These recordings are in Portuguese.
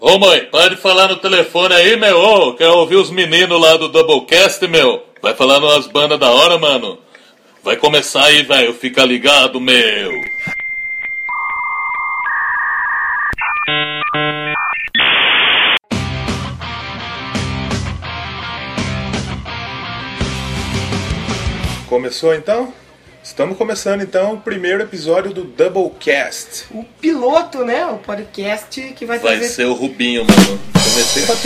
Ô mãe, para de falar no telefone aí, meu. Ô, quer ouvir os meninos lá do Doublecast, meu? Vai falando umas bandas da hora, mano. Vai começar aí, velho. Fica ligado, meu. Começou então? Estamos começando então o primeiro episódio do Doublecast. O piloto, né? O podcast que vai trazer... Vai ser o Rubinho, mano. Comecei com a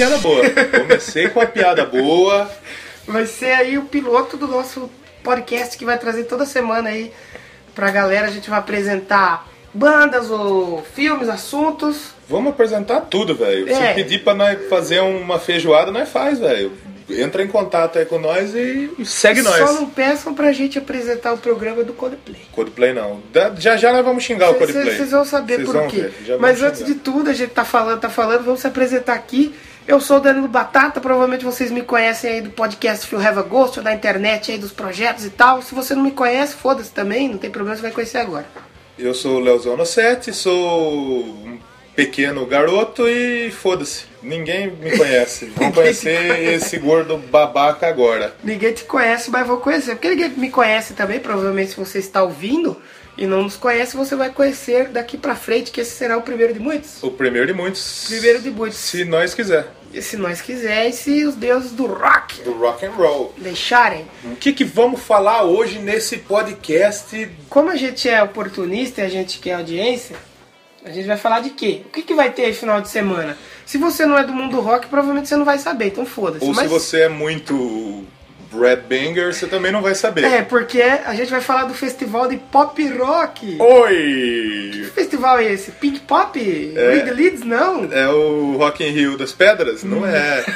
piada boa. Vai ser aí o piloto do nosso podcast que vai trazer toda semana aí pra galera. A gente vai apresentar bandas ou filmes, assuntos. Vamos apresentar tudo, velho. Se pedir pra nós fazer uma feijoada, nós faz, velho. Entra em contato aí com nós e segue nós. Só não peçam pra gente apresentar o programa do Coldplay. Coldplay não. Já nós vamos xingar o Coldplay. Vocês vão saber por quê. Mas antes de tudo, a gente tá falando, vamos se apresentar aqui. Eu sou o Danilo Batata, provavelmente vocês me conhecem aí do podcast Feel Have a Ghost, ou da internet aí dos projetos e tal. Se você não me conhece, foda-se também, não tem problema, você vai conhecer agora. Eu sou o Leozão No 7, sou um pequeno garoto e foda-se, ninguém me conhece. Vão conhecer esse gordo babaca agora. Ninguém te conhece, mas vou conhecer. Porque ninguém me conhece também, provavelmente se você está ouvindo e não nos conhece, você vai conhecer daqui pra frente, que esse será o primeiro de muitos. O primeiro de muitos. Primeiro de muitos. Se nós quiser. E se nós quiser, e se os deuses do rock and roll deixarem. O que vamos falar hoje nesse podcast? Como a gente é oportunista e a gente quer audiência, a gente vai falar de quê? O que vai ter aí final de semana? Se você não é do mundo rock, provavelmente você não vai saber, então foda-se. Ou se você é muito Brad Banger, você também não vai saber. É, porque a gente vai falar do festival de pop rock. Oi! Que festival é esse? Pink Pop? Reed Leeds? Não. É o Rock in Rio das Pedras? Não é.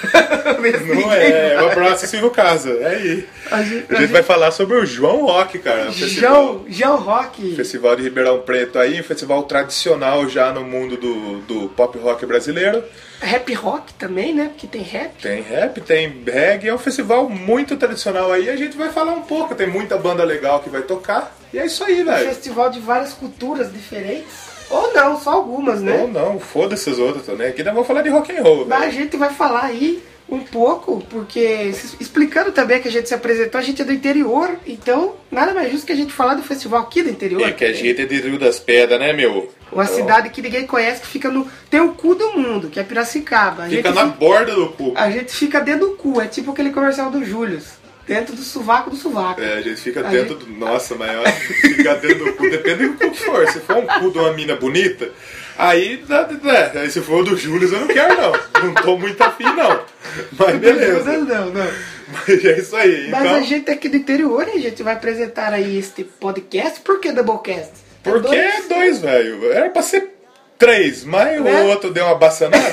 Não é. É o abraço Silvio Casa. É aí. A gente vai falar sobre o João Rock, cara. João Rock. Festival de Ribeirão Preto aí, um festival tradicional já no mundo do pop rock brasileiro. Rap rock também, né? Porque tem rap. Tem rap, tem reggae. É um festival muito tradicional aí. A gente vai falar um pouco. Tem muita banda legal que vai tocar. E é isso aí, velho. Um festival de várias culturas diferentes. Ou não, só algumas, né? Ou não, foda-se as outras também. Aqui nós vamos falar de rock and roll, velho. A gente vai falar aí um pouco, porque explicando também que a gente se apresentou, a gente é do interior, então nada mais justo que a gente falar do festival aqui do interior. É que a gente é de Rio das Pedras, né, meu? Uma cidade que ninguém conhece, que fica no... Tem o cu do mundo, que é Piracicaba. Fica na borda do cu. A gente fica dentro do cu, é tipo aquele comercial do Július. Dentro do sovaco do sovaco. É, a gente fica dentro do... Nossa, mas fica dentro do cu, depende do cu que for. Se for um cu de uma mina bonita, aí se for o do Július eu não quero, não. Não tô muito afim, não. Mas beleza. Não. Mas é isso aí. Mas a gente é aqui do interior e a gente vai apresentar aí este podcast. Por que Doublecast? Porque é dois, velho. Era pra ser 3, mas o outro deu uma baçanada.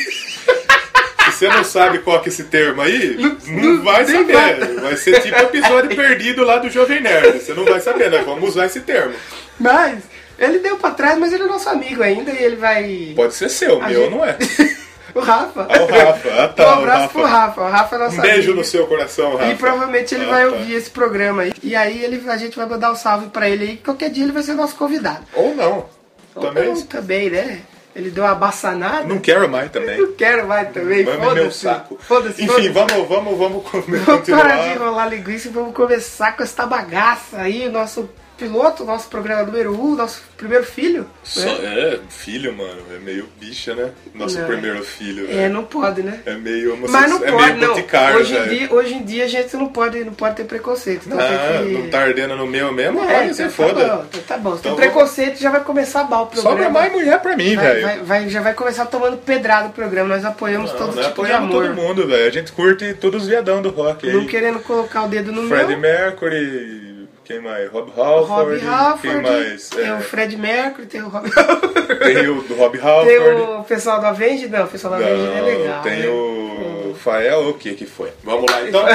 Se você não sabe qual que é esse termo aí, não vai saber. Vai ser tipo episódio perdido lá do Jovem Nerd. Você não vai saber, nós vamos usar esse termo. Mas ele deu pra trás, mas ele é nosso amigo ainda e ele vai... Pode ser seu, meu não é. O Rafa. O Rafa, tá. Um abraço pro Rafa. O Rafa é nosso amigo. Beijo no seu coração, Rafa. E provavelmente ele vai ouvir esse programa aí. E aí a gente vai mandar um salve pra ele aí. Qualquer dia ele vai ser nosso convidado. Ou não. Também, né? Ele deu uma abaçanada. Não quero mais também. Não quero mais também. Foda-se. Meu saco. Foda-se. Enfim, vamos continuar. Parar de enrolar linguiça e vamos começar com essa bagaça aí. O nosso piloto, nosso programa número 1, nosso primeiro filho. Filho, mano. É meio bicha, né? Nosso primeiro filho. Não pode, né? É meio homossexual. Mas não pode, meio boticário, hoje em dia a gente não pode ter preconceito. Então não tá ardendo no meu mesmo? Olha, você foda. Tá bom. Se tem preconceito, já vai começar mal o programa. Sobra mais mulher pra mim, velho. Já vai começar tomando pedrada o programa. Nós apoiamos todo tipo de amor. Todo mundo, velho. A gente curte todos os viadão do rock aí. Não querendo colocar o dedo no Freddie Mercury... Quem mais? Rob Halford. Quem mais? Tem o Fred Mercury, tem o Rob Halford. Tem o do Rob Halford. Tem o pessoal da Avenged. Não, o pessoal da Avenged é legal. Tem, né? O Fael, o que foi? Vamos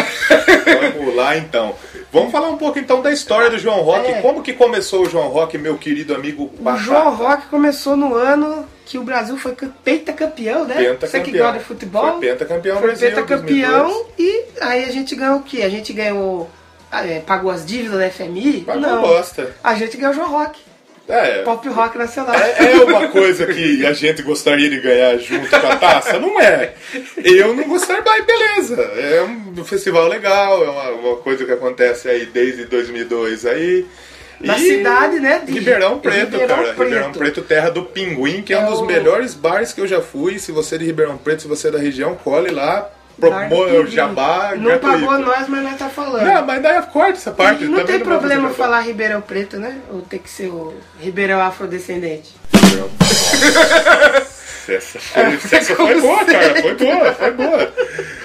lá então. Vamos falar um pouco então da história do João Rock. Como que começou o João Rock, meu querido amigo Batata? O João Rock começou no ano que o Brasil foi pentacampeão, né? Você que gosta de futebol. Foi pentacampeão Foi Brasil, pentacampeão 2002. E aí a gente ganhou o quê? A gente ganhou... pagou as dívidas da FMI? Pagou bosta. A gente ganhou o João Rock. Pop rock nacional. É uma coisa que a gente gostaria de ganhar junto com a taça? Não é. Eu não gostaria, mas beleza. É um festival legal, é uma coisa que acontece aí desde 2002 aí. Na cidade, né? Ribeirão Preto, cara. Ribeirão Preto, terra do Pinguim, que é um dos melhores bares que eu já fui. Se você é de Ribeirão Preto, se você é da região, cole lá. O jabá não gratuito. Pagou nós, mas nós tá falando. Não, mas daí corta essa parte. E não tem problema falar Ribeirão Preto, né? Ou tem que ser o Ribeirão afrodescendente. Essa foi boa, cara. Foi boa.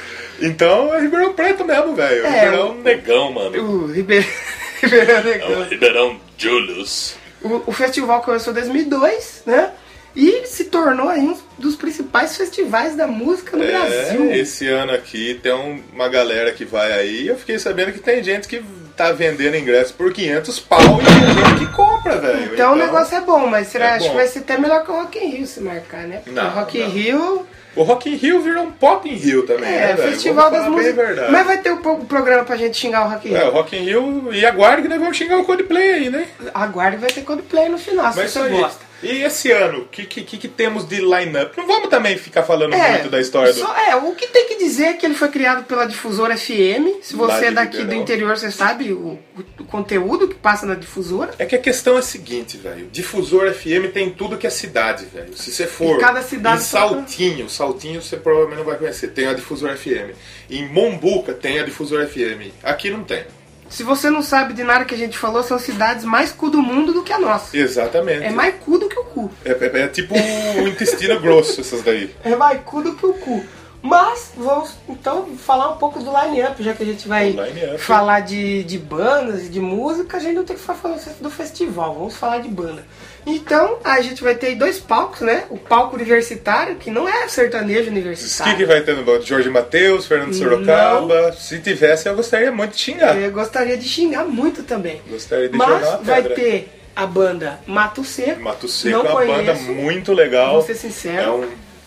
Então é Ribeirão Preto mesmo, velho. Ribeirão Negão, mano. O Ribeirão Negão. É o Ribeirão Julius. O festival começou em 2002, né? E se tornou aí um dos principais festivais da música no Brasil. Esse ano aqui tem uma galera que vai aí. Eu fiquei sabendo que tem gente que tá vendendo ingresso por 500 pau e tem gente que compra, velho. Então o negócio é bom, mas acho que vai ser até melhor que o Rock in Rio se marcar, né? Porque o Rock in Rio... O Rock in Rio virou um Pop in Rio também, né, velho? Festival das músicas. Mas vai ter um programa pra gente xingar o Rock in Rio. O Rock in Rio, e aguarde que nós vamos xingar o Coldplay aí, né? Aguarde, vai ter Coldplay no final, se você gosta. E esse ano, o que temos de line-up? Não vamos também ficar falando muito da história do... O que tem que dizer é que ele foi criado pela Difusora FM. Se você é daqui do interior, você sabe o conteúdo que passa na Difusora. É que a questão é a seguinte, velho. Difusora FM tem tudo que é cidade, velho. Se você for cada cidade em Saltinho você provavelmente não vai conhecer. Tem a Difusora FM. Em Mombuca tem a Difusora FM. Aqui não tem. Se você não sabe de nada que a gente falou, são cidades mais cu do mundo do que a nossa. Exatamente. É mais cu do que o cu. É tipo o intestino grosso, essas daí. É mais cu do que o cu. Mas vamos então falar um pouco do line-up, já que a gente vai falar de bandas e de música, a gente não tem que falar do festival, vamos falar de banda. Então a gente vai ter 2 palcos, né? O palco universitário, que não é sertanejo universitário. O que vai ter no banco? Jorge Mateus, Fernando Sorocaba. Não. Se tivesse, eu gostaria muito de xingar. Eu gostaria de xingar muito também. Gostaria de jogar uma pedra. Mas vai ter a banda Mato Seco. Mato Seco é uma banda muito legal. Vou ser sincero.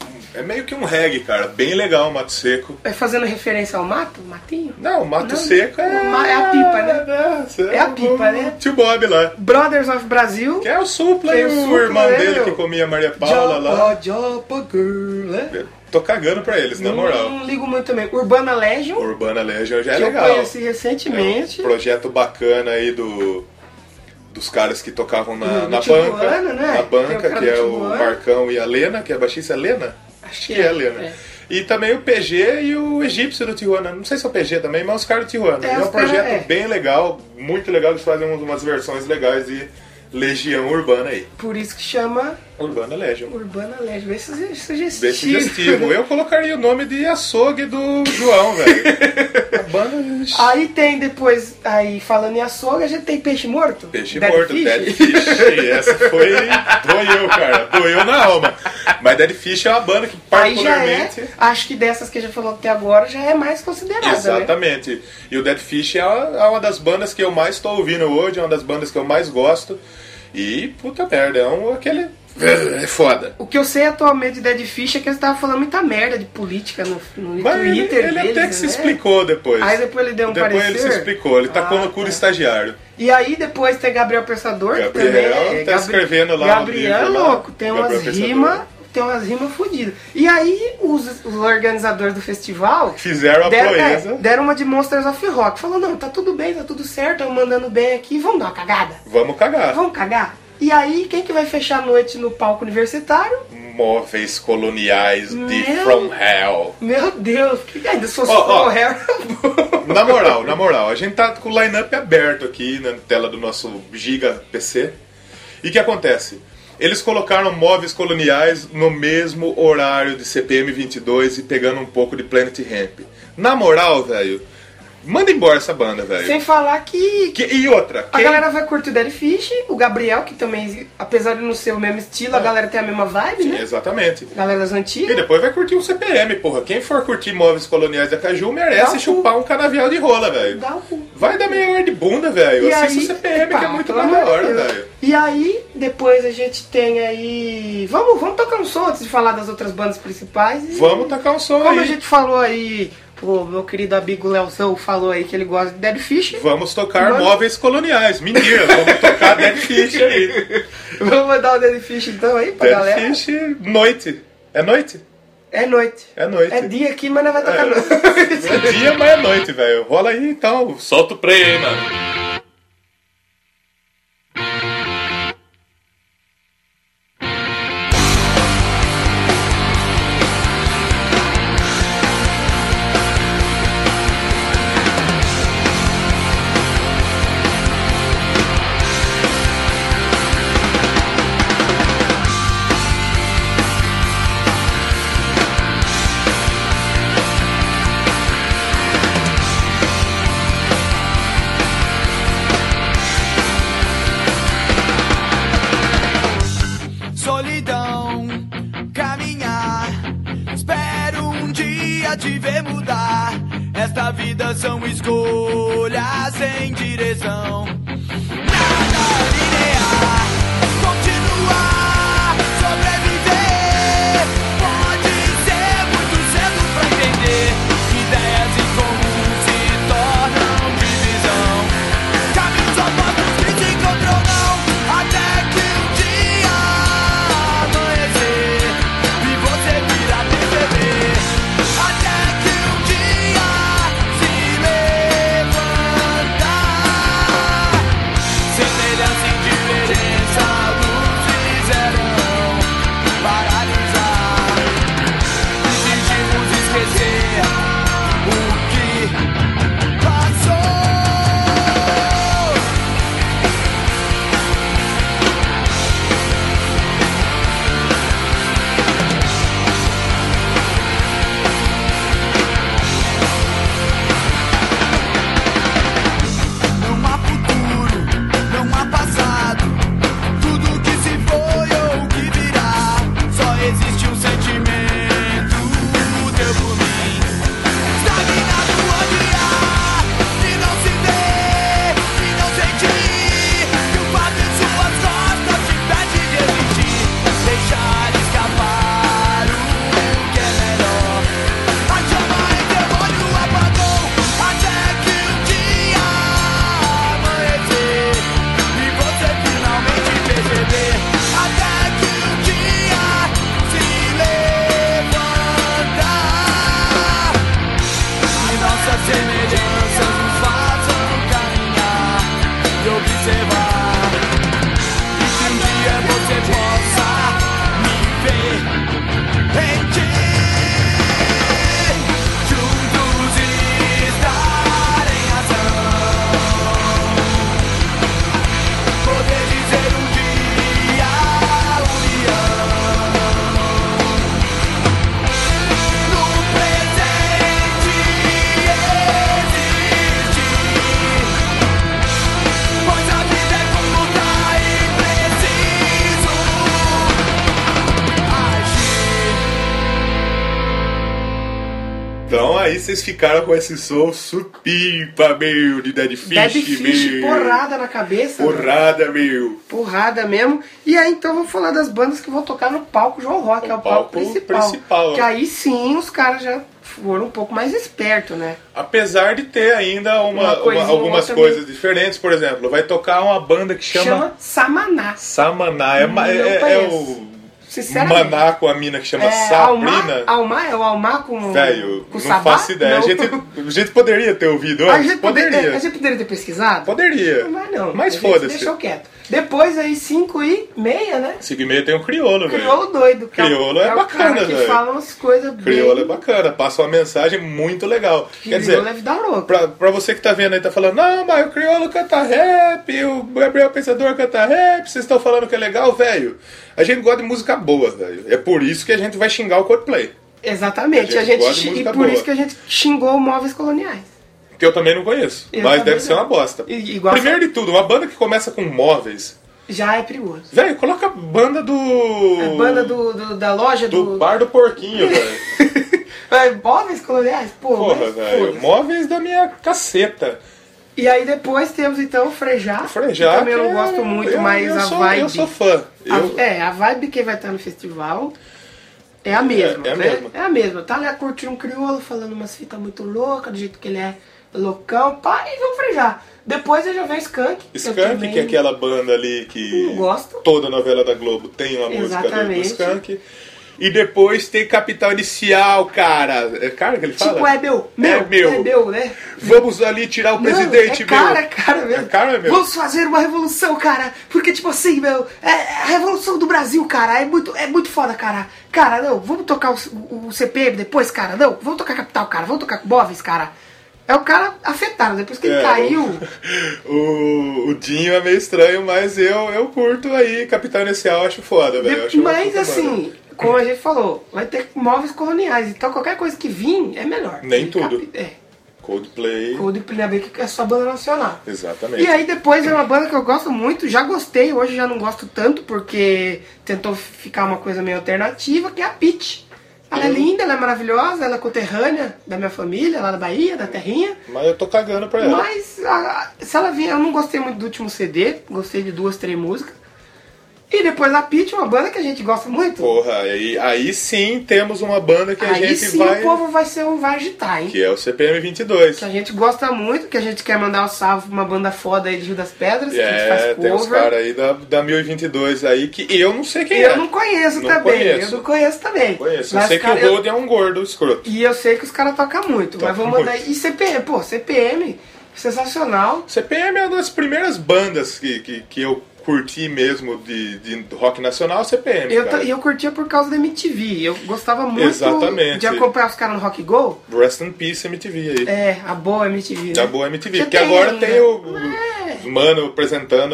É meio que um reggae, cara. Bem legal o Mato Seco. É fazendo referência ao mato? Matinho? Não, o Mato Seco é a pipa, né? É a pipa, né? Tio Bob lá. Brothers of Brasil. Que é o Supla e o irmão dele que comia Maria Paula lá. Jopa Girl, né? Tô cagando pra eles, na moral. Não ligo muito também. Urbana Legion. Urbana Legion já é legal. Eu conheci recentemente. É um projeto bacana aí dos caras que tocavam na banca. Tijuana, né? Na banca, que é o Marcão e a Lena, que é a baixista Lena. Acho que é a Lena. É. E também o PG e o Egípcio do Tijuana. Não sei se é o PG também, mas os caras do Tijuana. É um projeto bem legal, muito legal. Eles fazem umas versões legais de Legião Urbana aí. Por isso que chama... Urbana Legion. Urbana Legion. Bem sugestivo. Bem sugestivo. Eu colocaria o nome de açougue do João, velho. A banda... Aí tem depois, aí falando em açougue, a gente tem Peixe Morto. Peixe Morto, Dead Fish. E essa foi... Doeu, cara. Doeu na alma. Mas Dead Fish é uma banda que particularmente... acho que dessas que a gente falou até agora, já é mais considerada, exatamente. Né? E o Dead Fish é uma das bandas que eu mais estou ouvindo hoje, é uma das bandas que eu mais gosto. E, puta merda, aquele... É foda. O que eu sei atualmente de Dead Fish é que eles estavam falando muita merda de política no Twitter ele deles, até que se explicou depois. Aí depois ele deu um parecer. Depois ele se explicou, ele tá com loucura estagiário. E aí depois tem Gabriel Pensador, que também tá escrevendo lá Gabriel é louco, tem umas rimas fodidas. E aí os organizadores do festival fizeram a proeza. Deram uma de Monsters of Rock. Falou, não, tá tudo bem, tá tudo certo, estamos mandando bem aqui, vamos dar uma cagada. Vamos cagar. E aí, quem que vai fechar a noite no palco universitário? Móveis coloniais de From Hell. Meu Deus, que ainda se fosse From Hell. Na moral, a gente tá com o line-up aberto aqui na tela do nosso Giga PC. E o que acontece? Eles colocaram móveis coloniais no mesmo horário de CPM 22 e pegando um pouco de Planet Hemp. Na moral, velho, manda embora essa banda, velho. Sem falar que e outra. A galera vai curtir o Dead Fish, o Gabriel, que também, apesar de não ser o mesmo estilo, a galera tem a mesma vibe, né? Exatamente. Galera das antigas. E depois vai curtir um CPM, porra. Quem for curtir móveis coloniais da Caju merece chupar um canavial de rola, velho. Dá o cu. Vai dar meia hora de bunda, velho. Assista o CPM, que é muito mais da hora, velho. E aí, depois a gente tem aí... Vamos tocar um som antes de falar das outras bandas principais. Vamos tocar um som aí. Como a gente falou aí... O meu querido amigo Leozão falou aí que ele gosta de Dead Fish. Vamos tocar móveis coloniais. Mentira, vamos tocar Dead Fish aí. Vamos mandar o Dead Fish então aí pra galera. Dead Fish, noite. É noite? É noite. É noite. É dia aqui, mas não vai tocar noite. É dia, mas é noite, velho. Rola aí então. Solta o play aí, mano. Te ver mudar. Esta vida são escolhas sem direção. Nada linear. Continuar, sobreviver. Pode ser muito cedo pra entender. Ideias incomuns se tornam divisão. Caminhos opostos que se encontram não. Até que um dia amanhecer e você vir a perceber. Então aí vocês ficaram com esse som supimpa, meu, de Dead Fish, Dead Fish, meu. Porrada na cabeça. Porrada, meu. Porrada mesmo. E aí então vamos falar das bandas que vão tocar no palco João Rock, que é o palco principal. Que aí sim os caras já foram um pouco mais espertos, né? Apesar de ter ainda algumas coisas diferentes, por exemplo, vai tocar uma banda que chama Samaná. Samaná, é o Maná com a mina que chama Sabrina. Almar é o Almar com velho, com não Sabá? faço ideia. Não. A gente poderia ter ouvido A antes? gente poderia ter pesquisado? Poderia. Mas não. Mas foda-se. Deixou quieto. Depois aí 5h30, né? 5h30 tem o Criolo, velho. Criolo doido. Criolo é bacana, velho. Que fala umas coisas bem... Criolo é bacana, passa uma mensagem muito legal. Quer dizer, é vida louca. Pra você que tá vendo aí, tá falando, não, mas o Criolo canta rap, o Gabriel Pensador canta rap, vocês estão falando que é legal, velho. A gente gosta de música boa, velho. É por isso que a gente vai xingar o Coldplay. Exatamente. E por isso que a gente xingou Móveis Coloniais. Que eu também não conheço, mas deve ser uma bosta. Primeiro de tudo, uma banda que começa com móveis já é perigoso. Velho, coloca a banda do... A banda da loja do bar do porquinho, velho. Móveis Coloniais? Porra, velho. Móveis da minha caceta. E aí depois temos então o Frejá. Frejá, que também eu não gosto muito, mas a vibe... Eu sou fã. A vibe que vai estar no festival... É a mesma, É a né? mesma. É a mesma. Tá lá curtindo um crioulo, falando umas fitas muito loucas, do jeito que ele é loucão, pá, e vamos frejar. Depois ele já vem Skank. Skank, que é aquela banda ali que Não gosto. toda novela da Globo tem uma música do Exatamente. Skank. E depois tem Capital Inicial, cara. É cara que ele fala? Tipo, é meu, né? Vamos ali tirar o presidente, é cara, meu. É cara mesmo. É cara mesmo. Vamos fazer uma revolução, cara. Porque, tipo assim, meu, é a revolução do Brasil, cara. É muito foda, cara. Cara, não, vamos tocar o CPM depois, cara. Não, vamos tocar Capital, cara. Vamos tocar Móveis, cara. É o cara afetado, depois que ele caiu. O Dinho é meio estranho, mas eu curto aí. Capital Inicial, acho foda, velho. Mas assim, como a gente falou, vai ter móveis coloniais. Então qualquer coisa que vir é melhor. Nem tudo. É. Coldplay. Coldplay que é só banda nacional. Exatamente. E aí depois é uma banda que eu gosto muito, já gostei, hoje já não gosto tanto, porque tentou ficar uma coisa meio alternativa, que é a Pitty. Ela é linda, ela é maravilhosa, ela é conterrânea da minha família, lá da Bahia, da terrinha. Mas eu tô cagando pra ela. Mas se ela vir, eu não gostei muito do último CD, gostei de 2, 3 músicas. E depois a Pitty, uma banda que a gente gosta muito. Porra, aí sim temos uma banda que a aí gente sim vai... o povo vai agitar, hein? Que é o CPM 22. Que a gente gosta muito, que a gente quer mandar um salve pra uma banda foda aí de Rio das Pedras, que a gente faz cover. Tem uns caras aí da 1022 aí que eu não sei quem é. Eu não conheço também. Eu não conheço também. Conheço. Mas eu sei que o Road é um gordo escroto. E eu sei que os caras tocam muito. Toca mas vou mandar... E CPM, pô, CPM, sensacional. CPM é uma das primeiras bandas que eu curti mesmo de rock nacional, CPM. Eu curtia por causa da MTV. Eu gostava muito Exatamente. de acompanhar os caras no Rock Go. Rest in Peace MTV aí. É, a boa MTV. Né? A boa MTV. Porque agora tem o mano apresentando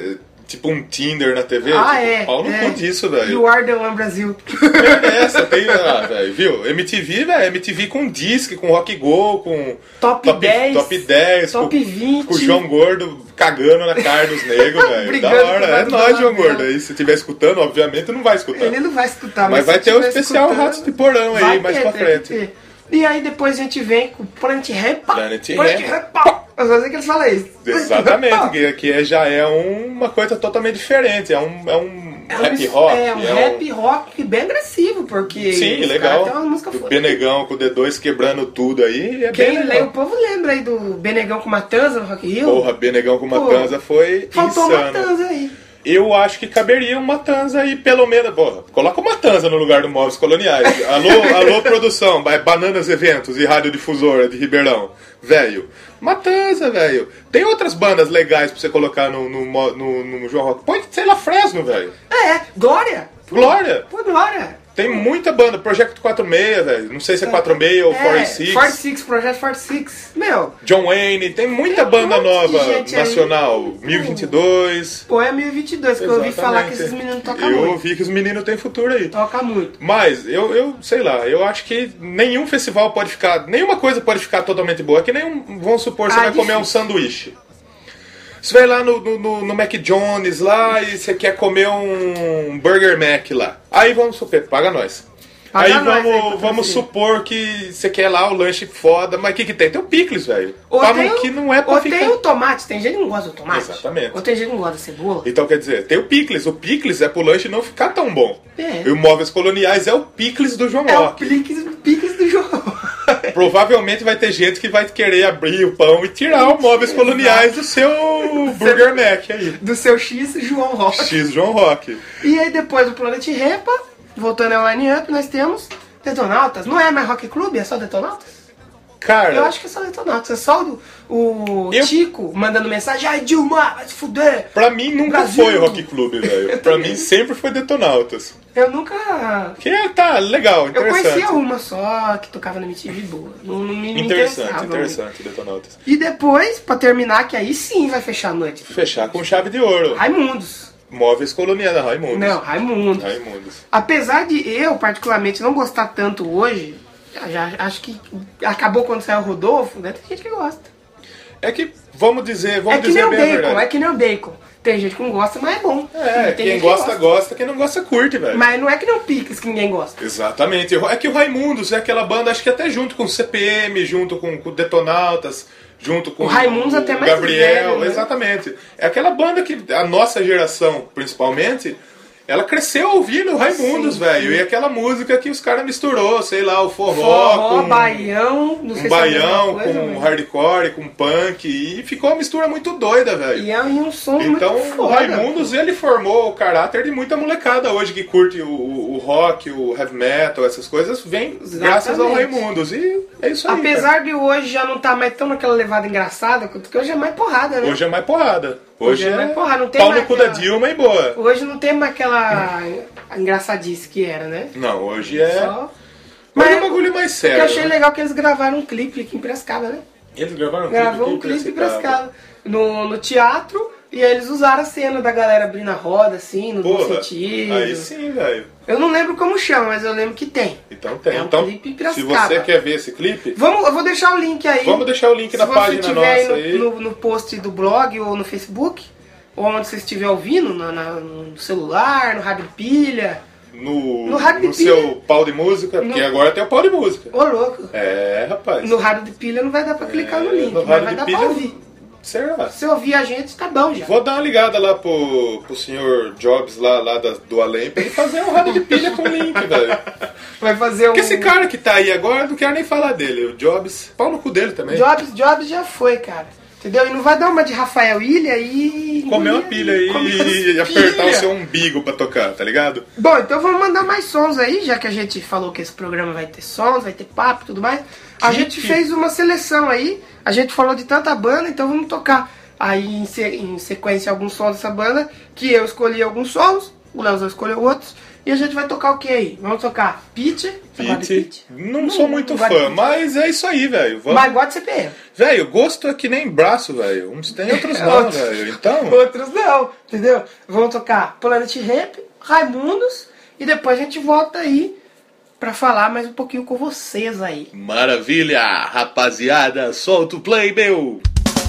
tipo um Tinder na TV. Pau no cu disso, velho. You Are The One Brasil. Essa, tem, velho, viu? MTV, velho, MTV com disc, com Rock Go, com top 10, top 20. Com o João Gordo cagando na cara dos negros, velho. Da hora, é nóis, João Gordo. Aí, se estiver escutando, obviamente não vai escutar. Ele não vai escutar, mas vai ter um especial Ratos de Porão aí, mais pra frente. E aí depois a gente vem com Planet Ramp. Planet Ramp. Eu só sei que eles falam isso. Exatamente, que já é uma coisa totalmente diferente. É um rap rock. É um rap rock bem agressivo, porque sim, legal. Tem uma música o Benegão com o D2 quebrando tudo aí. É bem legal. O povo lembra aí do Benegão com Matanza no Rock in Rio? Porra, Benegão com Matanza foi faltou insano. Matanza aí. Eu acho que caberia um Matanza aí, pelo menos. Porra, coloca o Matanza no lugar do Móveis Coloniais. Alô, produção, Bananas Eventos e Radiodifusora de Ribeirão. Velho, Matanza, velho. Tem outras bandas legais pra você colocar no João Rock. Põe, sei lá, Fresno, velho. Glória. Glória. Glória. Tem muita banda, Projeto 46, velho. Não sei se é 46 ou 46. 46, Projeto 46. Meu. John Wayne, tem muita banda nova nacional. 1022. Pô, é 1022, que eu ouvi falar que esses meninos tocam muito. Eu ouvi que os meninos têm futuro aí. Toca muito. Mas, eu sei lá, eu acho que nenhum festival pode ficar. Nenhuma coisa pode ficar totalmente boa. Que nem vamos supor, você vai comer um sanduíche. Você vai lá no McDonald's lá e você quer comer um Burger Mac lá. Aí vamos supor, paga nós. Aí vamos supor que você quer lá o lanche foda, mas o que tem? Tem o picles, velho. Que não é pra ficar... tem o tomate, tem gente que não gosta do tomate. Exatamente. Ou tem gente que não gosta da cebola. Então quer dizer, tem o picles. O picles é pro lanche não ficar tão bom. É. E o Móveis Coloniais é o picles do João Rock. É o picles do João Rock. Provavelmente vai ter gente que vai querer abrir o pão e tirar o Móveis Coloniais do seu Burger Mac aí. Do seu X João Rock. X João Rock. E aí depois do Planet Ramp, voltando ao line-up, nós temos Detonautas. Não é mais Rock Club, é só Detonautas? Cara... Eu acho que é só Detonautas. É só o Tico mandando mensagem. Ai, Dilma, vai se fuder. Pra mim nunca foi Rock Club, velho. Pra mim sempre foi Detonautas. Eu nunca... Que tá legal, interessante. Eu conhecia uma só que tocava na MTV boa. Não me interessante, Detonautas. E depois, pra terminar, que aí sim vai fechar a noite. Fechar com chave de ouro. Raimundos. Móveis Coloniais, Raimundos. Não, Raimundos. Apesar de eu, particularmente, não gostar tanto hoje, já acho que acabou quando saiu o Rodolfo, né? Tem gente que gosta. É que, vamos dizer bem a verdade. É que nem o Bacon. Tem gente que não gosta, mas é bom. Quem gosta, quem não gosta curte, velho. Mas não é que nem o Picles que ninguém gosta. Exatamente. É que o Raimundos é aquela banda, acho que até junto com o CPM, junto com o Detonautas, junto com o Raimundos até mais Gabriel, velho, né? Exatamente. É aquela banda que a nossa geração, principalmente, ela cresceu ouvindo Raimundos, velho. E aquela música que os caras misturou, sei lá, o forró com... baião, não sei um baião com hardcore, com punk. E ficou uma mistura muito doida, velho. E um som então, muito foda. O Raimundos, ele formou o caráter de muita molecada hoje que curte o rock, o heavy metal, essas coisas, vem graças ao Raimundos. E é isso aí. Apesar de hoje já não tá mais tão naquela levada engraçada, porque hoje é mais porrada, né? Hoje é mais porrada. Hoje é mais porrada. Não tem pau mais no cu da Dilma e boa. Hoje não tem mais aquela engraçadice que era, né? Não, hoje é... Só... Mas é um bagulho mais sério. Eu achei legal que eles gravaram um clipe aqui em Piracicaba, né? Eles gravaram um clipe em Piracicaba. No teatro, e aí eles usaram a cena da galera abrindo a roda, assim, no bom sentido. Aí sim, velho. Eu não lembro como chama, mas eu lembro que tem. Então tem. É um então, clipe em Piracicaba. se você quer ver esse clipe... eu vou deixar o link aí. Vamos deixar o link na página nossa aí. No post do blog ou no Facebook, ou onde você estiver ouvindo, no celular, no rádio de pilha. No rádio de pilha. Seu pau de música, porque agora tem o pau de música. Ô, louco. É, rapaz. No rádio de pilha não vai dar pra clicar no link, no mas vai rádio dar de pilha, pra ouvir. Será? Se ouvir a gente, tá bom já. Vou dar uma ligada lá pro senhor Jobs lá do além pra ele fazer um rádio de pilha com link, velho. Vai fazer Porque esse cara que tá aí agora, eu não quero nem falar dele. O Jobs, pau no cu dele também. Jobs já foi, cara. Entendeu? E não vai dar uma de Rafael Ilha e... Comer uma pilha aí e apertar o seu umbigo pra tocar, tá ligado? Bom, então vamos mandar mais sons aí, já que a gente falou que esse programa vai ter sons, vai ter papo e tudo mais. A gente fez uma seleção aí, a gente falou de tanta banda, então vamos tocar aí em sequência alguns sons dessa banda, que eu escolhi alguns sons, o Leozão escolheu outros, e a gente vai tocar o que aí? Vamos tocar Pitty. Não sou muito fã, mas é isso aí, velho. Mas gosto de CPM. Velho, gosto é que nem braço, velho. Uns tem, outros não, velho. Então... Outros não, entendeu? Vamos tocar Planet Ramp, Raimundos, e depois a gente volta aí pra falar mais um pouquinho com vocês aí. Maravilha, rapaziada. Solta o play, meu.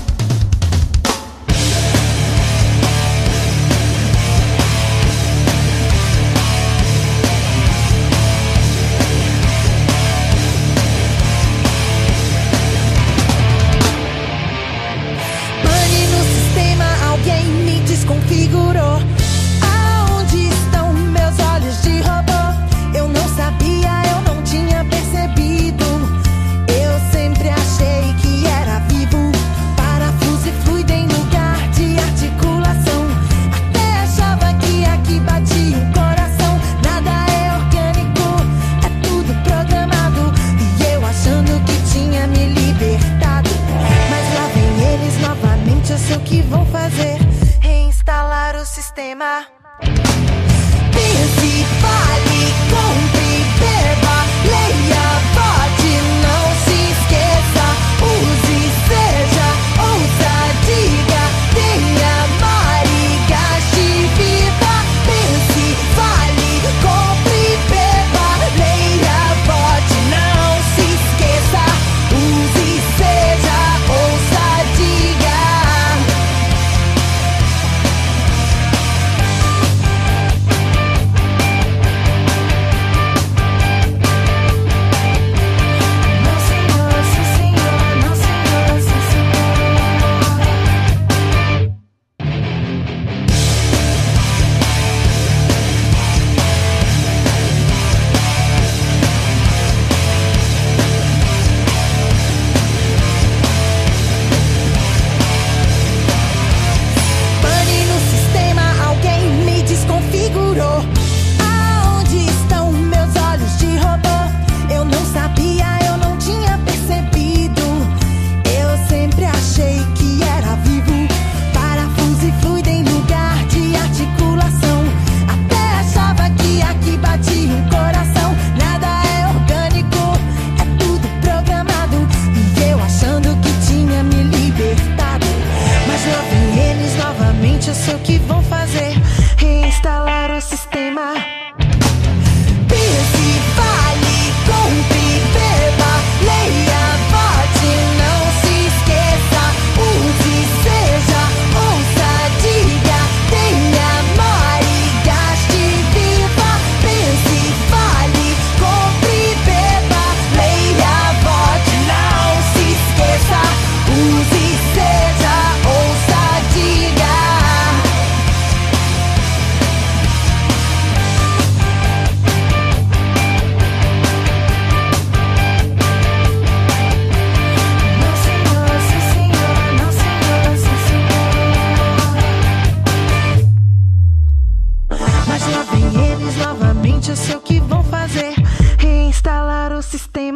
Configurou. Aonde estão meus olhos de robô? Eu não sabia, eu não tinha percebido. Eu sempre achei que era vivo. Parafuso e fluido em lugar de articulação. Até achava que aqui batia o coração. Nada é orgânico, é tudo programado. E eu achando que tinha me libertado. Mas lá vem eles novamente, eu sei o que vão fazer. Instalar o sistema. Pense, fale, compre, beba, leia, vote, não se esqueça. Use, seja, ouça, diga, tenha, mare, gaste, viva. Pense, fale, compre, beba, leia, vote, não se esqueça. Use, seja, ouça, diga.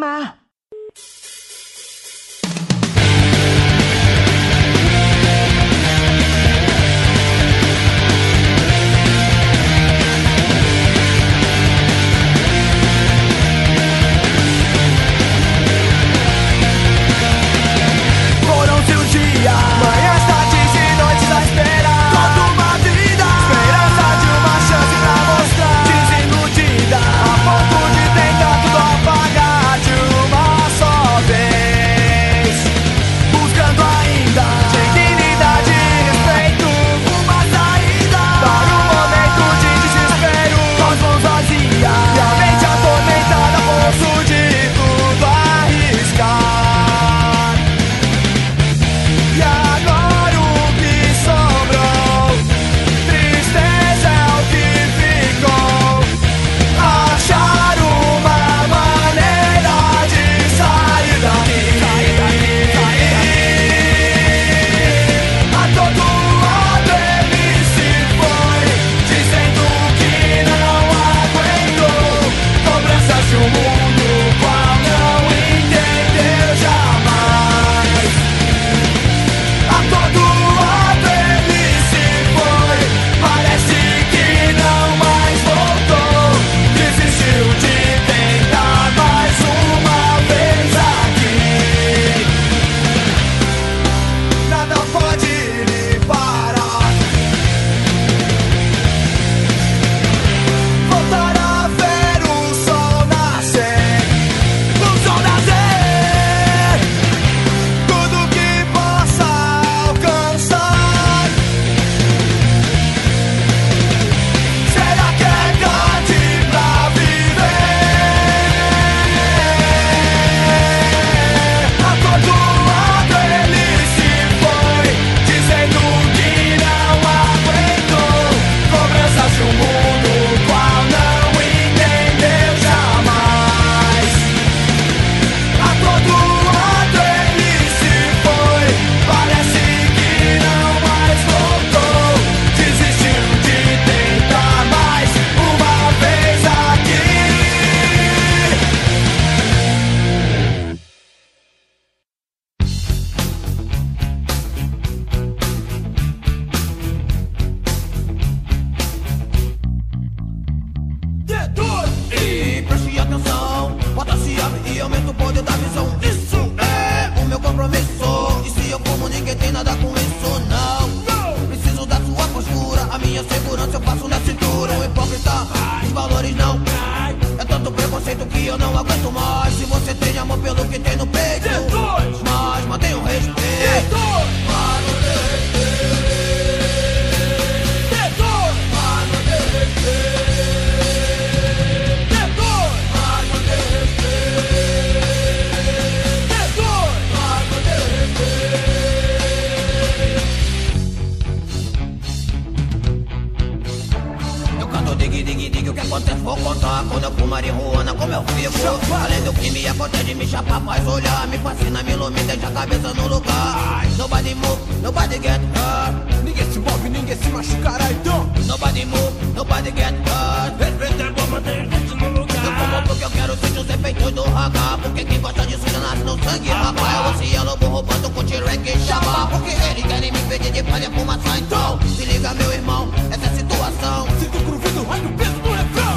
cama. Foram-se os dias, manhãs, tardes e noites à espera. Toda uma vida, esperança de uma chance pra mostrar. Desiludida, a ponto de tentar tudo apagar de uma só vez. Buscando ainda dignidade e respeito, uma saída para um momento de desespero. Com as mãos vazias e a mente atormentada, a ponto de tudo arriscar. E agora o que sobrou, tristeza é o que ficou. Achar uma maneira de sair daqui. A todo lado ele se foi, dizendo que não aguentou. Cobranças de um mundo qual não entendeu jamais. A todo lado ele se foi, parece que não mais voltou. Desistiu de tentar mais uma vez aqui. Nada pode lhe parar. Voltar a ver o sol nascer, o sol nascer. Tudo que possa alcançar. Será que é tarde pra viver? A todo lado ele se foi, dizendo que não aguentou. Cobranças de um mundo qual não entendeu jamais. A todo lado ele se foi, parece que não mais voltou. Desistiu de tentar mais uma vez aqui. E preste atenção, bota-se abre e aumenta o poder da visão. Isso é o meu compromisso. E se eu como ninguém tem nada com isso, não. Preciso da sua postura, a minha segurança eu passo na cintura. O hipócrita, os valores não. É tanto preconceito que eu não aguento mais. Se você tem amor pelo que tem no peito, mas mantenha o respeito. Eu canto dig, o que acontece vou contar. Quando eu fumo marihuana, como eu fico. Além do que me acontece, me chapa, faz olhar. Me fascina, me ilumina, deixa a cabeça no lugar. Nobody move, nobody get hurt. Ninguém se move, ninguém se machucará, então. Nobody move, nobody get hurt. Respeita a bomba, tem gente no lugar. Eu fumo porque eu quero sentir os efeitos do raga. Porque quem gosta disso já nasce no sangue, rapaz. Eu se lobo roubando com T-Rex e chapa. Porque eles querem me impedir de fazer fumaça, então. Se liga, meu irmão, essa é a situação. Sinto o groove do raio, peso no refrão.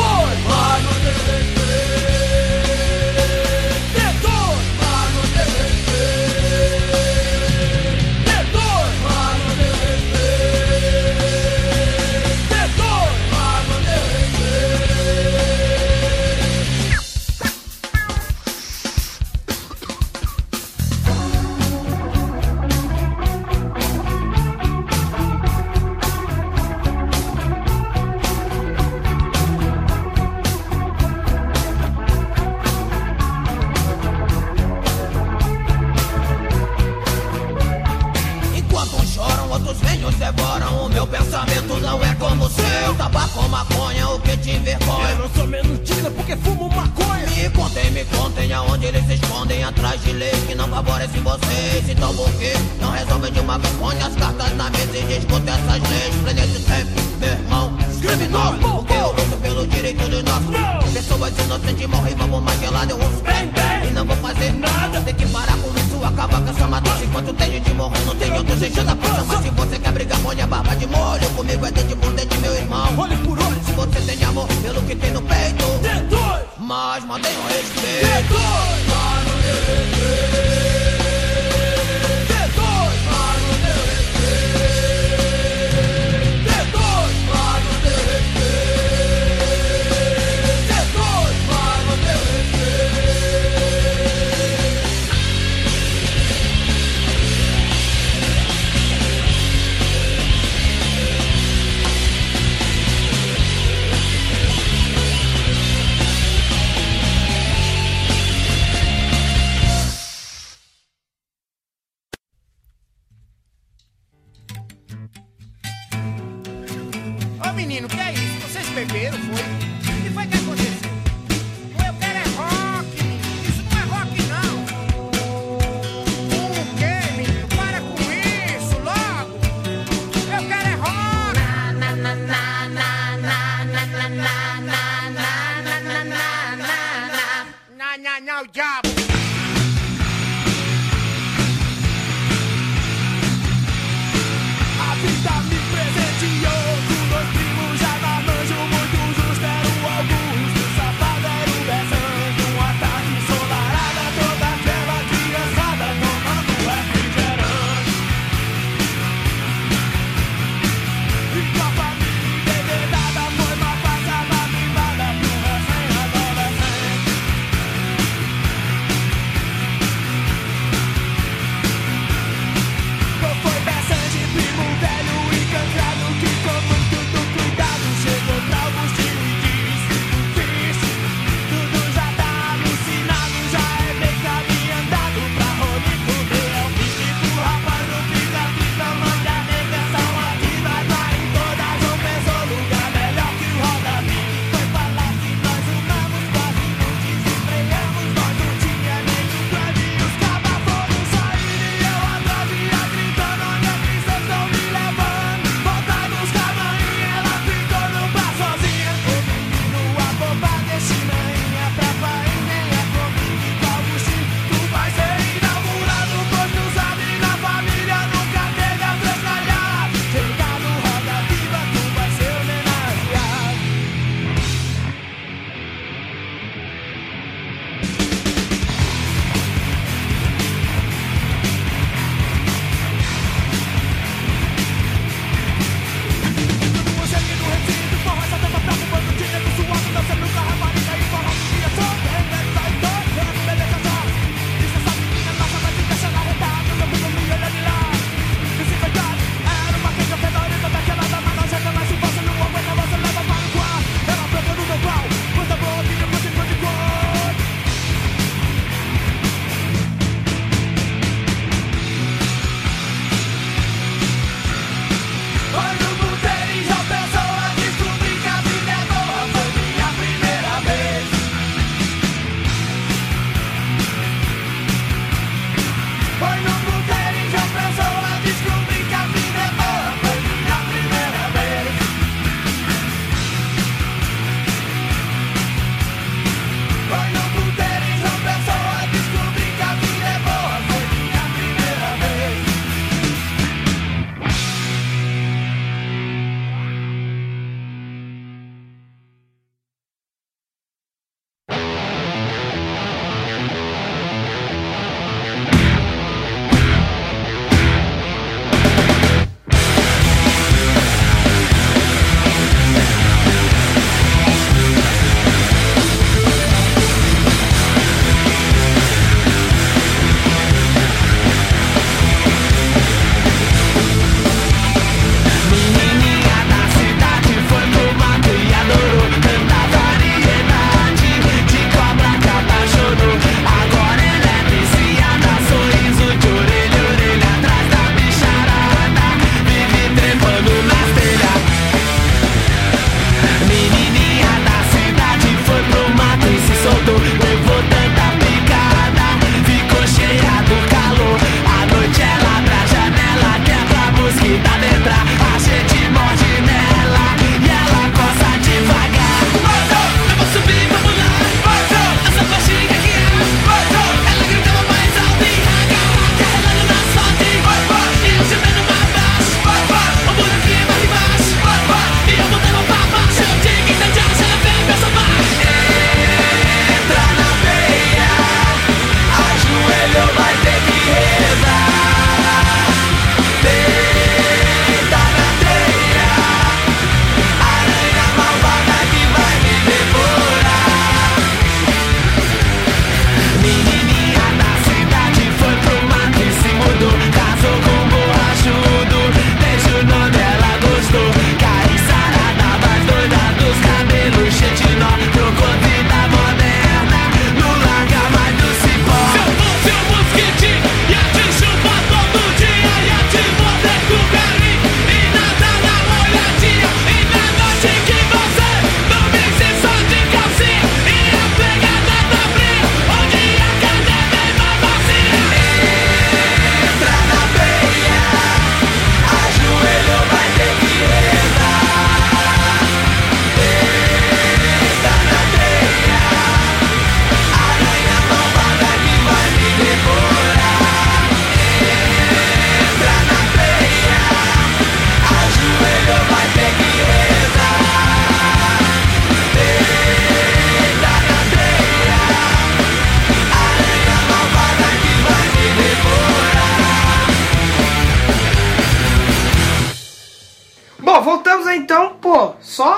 pensamento não é como o seu. Tabaco, maconha, o que te envergonha? Eu não sou menos digno porque fumo maconha. Me contem aonde eles se escondem atrás de leis que não favorecem vocês. Então por que não resolvem de uma vez? Põe as cartas na mesa e discute essas leis. Planeta sempre, meu irmão, criminoso. Porque eu luto pelo direito de nós. Pessoas esse inocente morre, vamos mais gelado, eu ouço bem, bem. E não vou fazer nada, tem que parar com isso, acabar com essa matança. Enquanto tem gente morrendo, tem outros enchendo a pança. Mas se você quer brigar, põe a barba de molho. Comigo é dente por dente, meu irmão. Olho por olho. Se você tem amor pelo que tem no peito, mas mantenha o respeito. Mas mantenha o respeito. Menino, que é isso? Vocês beberam, foi? O que foi que aconteceu? Eu quero é rock, menino. Isso não é rock, não. O quê, menino? Para com isso, logo. Eu quero é rock. Na, na, na, na, na, na, na, na, na, na, na, na, na, na, na, o diabo. A vida me presenteou. Já não manjo muito justo, era o Augusto, o safado era o Bezão. Uma tarde ensolarada, toda aquela criançada tomando refrigerante. E com a família embebedada, foi uma passada mimada pro recém-adolescente.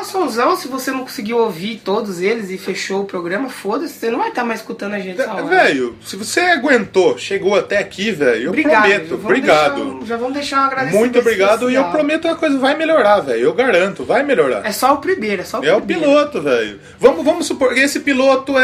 sonzão, se você não conseguiu ouvir todos eles e fechou o programa, foda-se, você não vai estar mais escutando a gente essa hora. Velho, se você aguentou, chegou até aqui, velho, eu prometo, obrigado. Já vamos deixar um agradecimento. Muito obrigado, especial. e eu prometo uma coisa, vai melhorar, velho, eu garanto, vai melhorar. É só o primeiro, É o piloto, velho. Vamos supor que esse piloto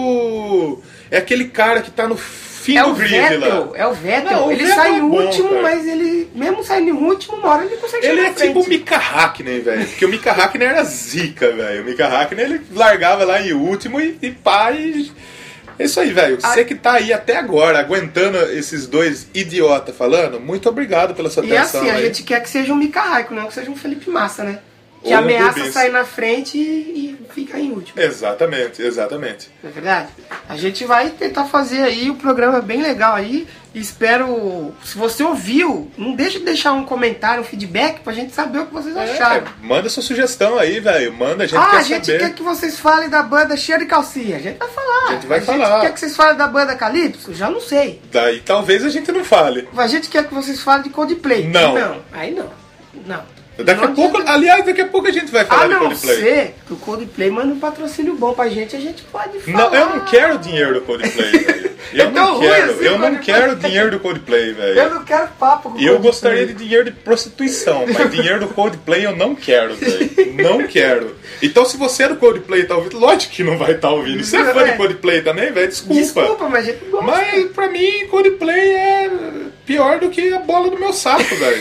é aquele cara que tá no fim do grid lá. É o Vettel. Não, o ele Vettel sai é em bom, último, cara. mas ele, mesmo saindo em último, uma hora ele consegue Ele chegar é na frente. tipo o Mika Hakkinen, velho. Porque o Mika Hakkinen era zica, velho. O Mika Hakkinen, ele largava lá em último e pá, e... É isso aí, velho. Você que tá aí até agora, aguentando esses dois idiotas falando, muito obrigado pela sua E atenção assim, a aí. gente quer que seja um Mika Raikkonen, não que seja um Felipe Massa, né? Que Ou um ameaça Rubens. sair na frente e fica em último. Exatamente. Não é verdade? A gente vai tentar fazer aí o programa bem legal aí. E espero, se você ouviu, não deixe de deixar um comentário, um feedback pra gente saber o que vocês acharam. Manda sua sugestão aí, velho. Manda, a gente A quer gente saber. quer que vocês falem da banda Cheia de Calcinha. A gente vai falar. A gente vai falar. Quer que vocês falem da banda Calypso? Já não sei. Daí talvez a gente não fale. A gente quer que vocês falem de Coldplay. Não. Não, aí não. Não. Daqui a Não pouco, adianta. aliás, daqui a pouco a gente vai falar A de não Coldplay. ser que o Coldplay manda um patrocínio bom pra gente, a gente pode falar. Não, eu não quero dinheiro do Coldplay, velho. Eu tão não ruim quero, assim, eu não Coldplay. quero dinheiro do Coldplay, velho. Eu não quero papo com o E eu Coldplay. gostaria de dinheiro de prostituição, mas dinheiro do Coldplay eu não quero, velho. Não quero. Então se você é do Coldplay e tá ouvindo, lógico que não vai estar ouvindo. Você é fã de Coldplay também, velho? Desculpa, mas a gente gosta. Mas pra mim, Coldplay é pior do que a bola do meu saco, velho.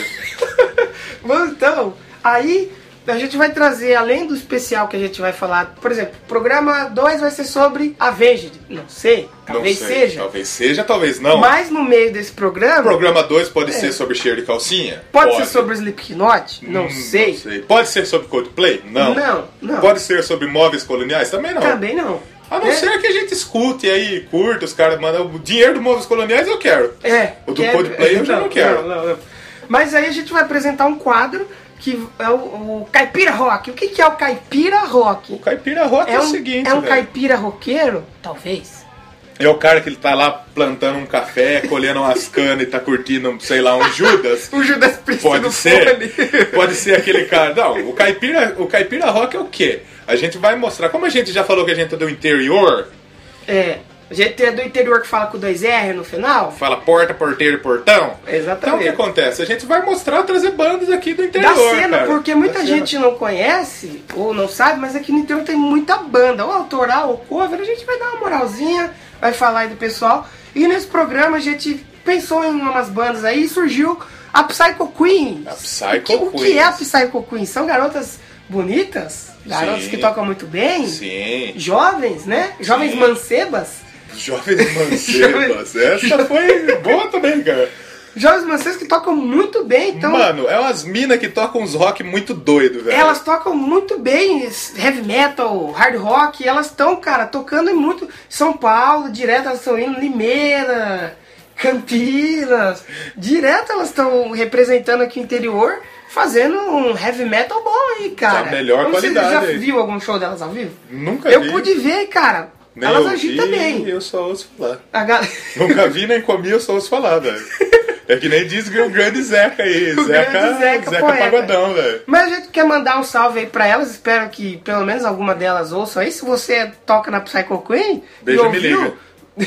Vamos então. Aí a gente vai trazer, além do especial que a gente vai falar, por exemplo, o programa 2 vai ser sobre Avenged. Não sei, talvez Não sei, seja. Talvez seja, talvez não. Mas no meio desse programa, O programa 2 pode ser sobre cheiro de calcinha? pode ser sobre Slipknot? Não sei. Pode ser sobre Coldplay? Não. Não. Pode ser sobre móveis coloniais? Também não. Também não. A não ser que a gente escute aí, curta, os caras mandam o dinheiro do móveis coloniais, eu quero. O do Coldplay eu já não quero. Não. Mas aí a gente vai apresentar um quadro que é o Caipira Rock. O que é o Caipira Rock? O Caipira Rock é o seguinte, é um velho. caipira roqueiro? Talvez. É o cara que ele tá lá plantando um café, colhendo umas canas e tá curtindo, sei lá, um Judas. O Judas Priest Pode no ser. fone. Pode ser aquele cara. Não, o caipira rock é o quê? A gente vai mostrar. Como a gente já falou que a gente é do interior, A gente é do interior que fala com 2R no final. fala porta, porteiro e portão. Exatamente. Então o que acontece? A gente vai mostrar, trazer bandas aqui do interior. Da cena, cara. porque muita Da gente cena. não conhece ou não sabe, mas aqui no interior tem muita banda, ou autoral ou cover. A gente vai dar uma moralzinha, vai falar aí do pessoal. E nesse programa a gente pensou em umas bandas aí e surgiu a Psycho Queen. A Psycho O que Queens. é a Psycho Queen? São garotas bonitas, garotas Sim. que tocam muito bem, Sim. jovens, né? Jovens Sim. mancebas. Jovens mancebas. Essa foi boa também, cara. Jovens mancebas que tocam muito bem, então... Mano, é umas minas que tocam uns rock muito doido, velho. Elas tocam muito bem heavy metal, hard rock, elas estão, cara, tocando em muito São Paulo, direto elas estão indo Limeira, Campinas, direto elas estão representando aqui o interior, fazendo um heavy metal bom aí, cara. Da melhor qualidade Você já aí. viu algum show delas ao vivo? Nunca Eu vi. pude ver, cara. Nem Elas ouvi, agitam bem. eu só ouço falar. A gal- Nunca vi nem comi, eu só ouço falar, velho. É que nem diz o grande Zeca aí. O grande Zeca poeta. Pagodão, velho. Mas a gente quer mandar um salve aí pra elas, espero que pelo menos alguma delas ouçam aí. Se você toca na Psycho Queen Beijo, e me ouviu, liga.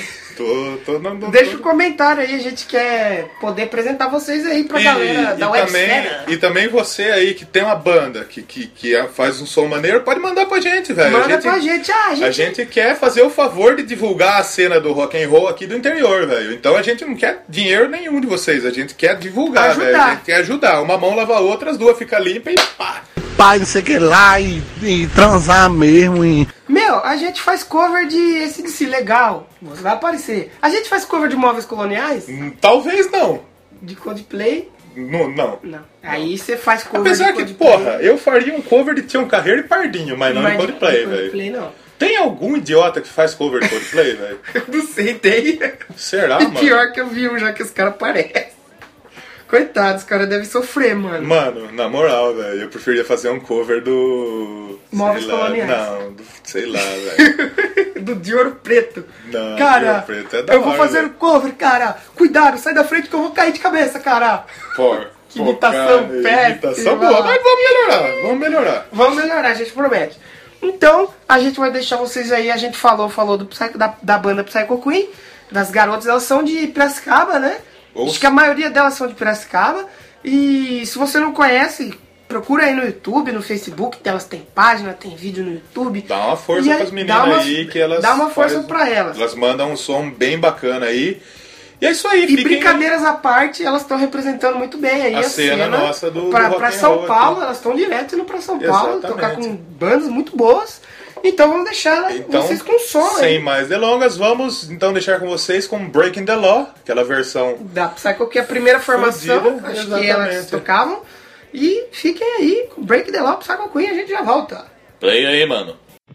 Tô deixa um comentário aí, a gente quer poder apresentar vocês aí pra galera da websfera. E também você aí que tem uma banda que faz um som maneiro, pode mandar pra gente, velho. Manda pra gente. A gente quer fazer o favor de divulgar a cena do rock and roll aqui do interior, velho. Então a gente não quer dinheiro nenhum de vocês, a gente quer divulgar, Ajudar. velho. A gente quer ajudar. Uma mão lava a outra, as duas ficam limpas e pá. Pai, não sei o que lá, e transar mesmo, e... Meu, a gente faz cover de AC/DC legal, você vai aparecer. A gente faz cover de móveis coloniais, Talvez não. de Coldplay, Não. não. Aí você faz cover Apesar de que, Coldplay. porra, eu faria um cover de Tião Carreiro e Pardinho, mas não Mas de Coldplay, velho. Coldplay não. Tem algum idiota que faz cover de Coldplay, velho? Não sei, tem. Será, E mano? pior que eu vi um já que os caras parecem. Coitados, os caras devem sofrer, mano. Mano, na moral, velho, eu preferia fazer um cover do... Móveis sei lá, coloniais. Não, sei lá, velho. Do de Ouro Preto. Não, Cara, de Ouro Preto é da eu vou hora, fazer velho. um cover, cara. Cuidado, sai da frente que eu vou cair de cabeça, cara. Por. Que imitação péssima. Imitação boa, mas vamos melhorar. Vamos melhorar, a gente promete. Então, a gente vai deixar vocês aí, a gente falou da banda Psycho Queen, das garotas, elas são de Piracicaba, né? Acho que a maioria delas são de Piracicaba. E se você não conhece, procura aí no YouTube, no Facebook, elas têm página, tem vídeo no YouTube. Dá uma força pras meninas aí, que elas... Dá uma força pra elas. Elas mandam um som bem bacana aí. E é isso aí, E brincadeiras à parte, elas estão representando muito bem aí a cena nossa do pra rock and São roll Paulo, aqui. elas estão direto indo pra São Paulo, Exatamente. tocar com bandas muito boas. Então vamos deixar vocês com som sem aí. mais delongas, vamos então deixar com vocês com Breaking the Law, aquela versão Da Psycho, que é a primeira formação, fodida, acho exatamente. que elas tocavam. E fiquem aí com Break the Law, Psycho Queen, a gente já volta. Play aí, mano.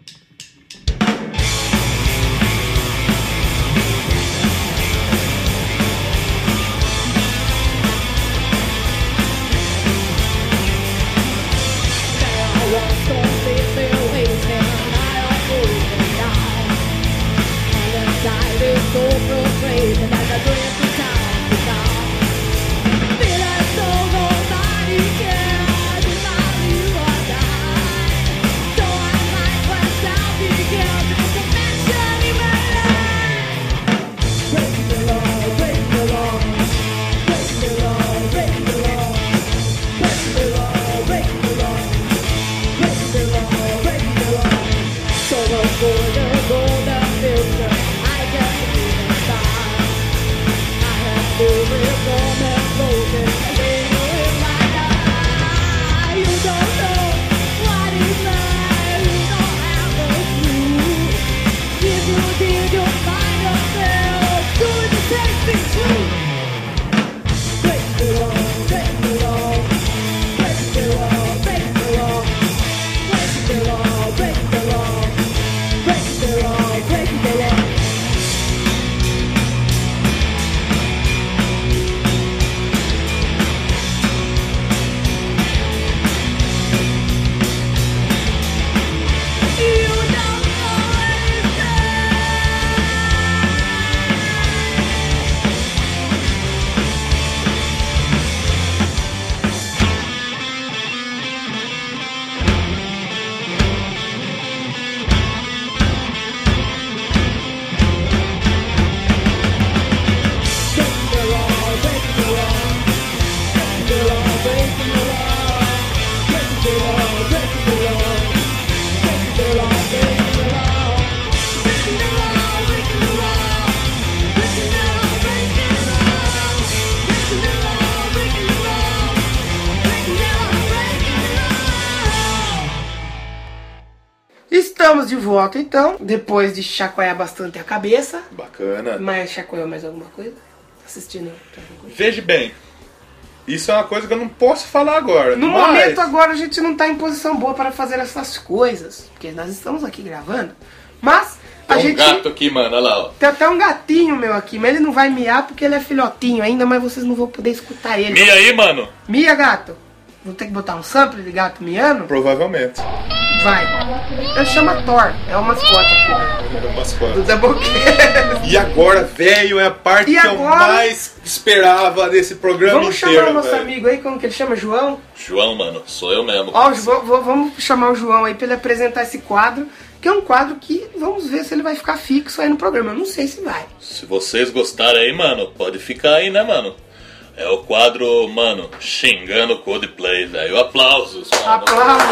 Estamos de volta então, depois de chacoalhar bastante a cabeça. bacana. Mas chacoalhou mais alguma coisa? Assistindo alguma coisa? Veja bem, isso é uma coisa que eu não posso falar agora. No mas... momento agora a gente não está em posição boa para fazer essas coisas, porque nós estamos aqui gravando. Mas a Tem um gente gato aqui, mano, olha lá, ó. tem até um gatinho meu aqui, mas ele não vai miar porque ele é filhotinho ainda, mas vocês não vão poder escutar ele. Mia aí, mano. Mia, gato. Vou ter que botar um sample de gato miando? Provavelmente. Vai. Ele chama Thor, é o mascote aqui, né? É o mascote. Do Doublecast. E agora, velho, é a parte E que agora? eu mais esperava desse programa Vamos inteiro. chamar o nosso velho. amigo aí, como que ele chama? João? João, mano, sou eu mesmo. Ó, vamos chamar o João aí pra ele apresentar esse quadro, que é um quadro que vamos ver se ele vai ficar fixo aí no programa. Eu não sei se vai. Se vocês gostarem aí, mano, pode ficar aí, né, mano? É o quadro, mano, xingando Coldplay, velho. Aplausos, mano. Aplausos.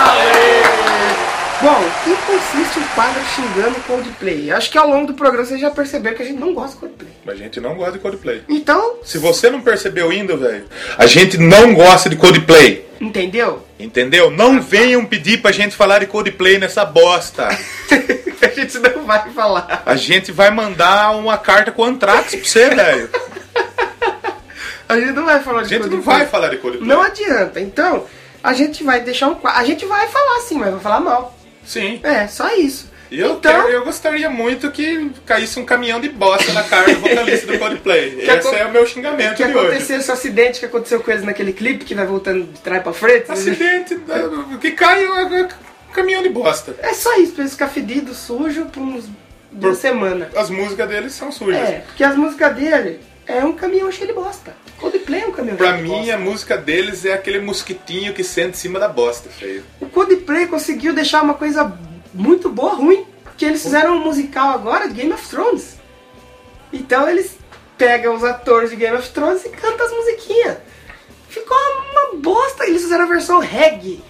Bom, em que consiste o quadro xingando Coldplay? Acho que ao longo do programa vocês já perceberam que a gente não gosta de Coldplay. Mas a gente não gosta de Coldplay. Então, Se você não percebeu ainda, velho, a gente não gosta de Coldplay. entendeu? Entendeu? Não venham pedir pra gente falar de Coldplay nessa bosta. A gente não vai falar. A gente vai mandar uma carta com Anthrax pra você, velho. A gente não vai falar de A gente não Coldplay. vai falar de Coldplay. Não adianta. Então, a gente vai deixar um quadro. A gente vai falar sim, mas vai falar mal. Sim. É, só isso. Eu eu gostaria muito que caísse um caminhão de bosta na cara do vocalista do Coldplay. Que Esse é o meu Que xingamento de hoje. aconteceu esse acidente que aconteceu com eles naquele clipe que vai voltando de trás pra frente. Acidente, que cai um caminhão de bosta. É só isso, pra eles ficar fedidos, sujos por uns 2 semanas. As músicas deles são sujas. É, porque as músicas dele é um caminhão cheio de bosta. Coldplay Coldplay é um caminhão Pra de mim, bosta. a música deles é aquele mosquitinho que senta em cima da bosta, feio. O Coldplay conseguiu deixar uma coisa muito boa ruim, porque eles fizeram um musical agora de Game of Thrones. Então eles pegam os atores de Game of Thrones e cantam as musiquinhas. Ficou uma bosta. Eles fizeram a versão reggae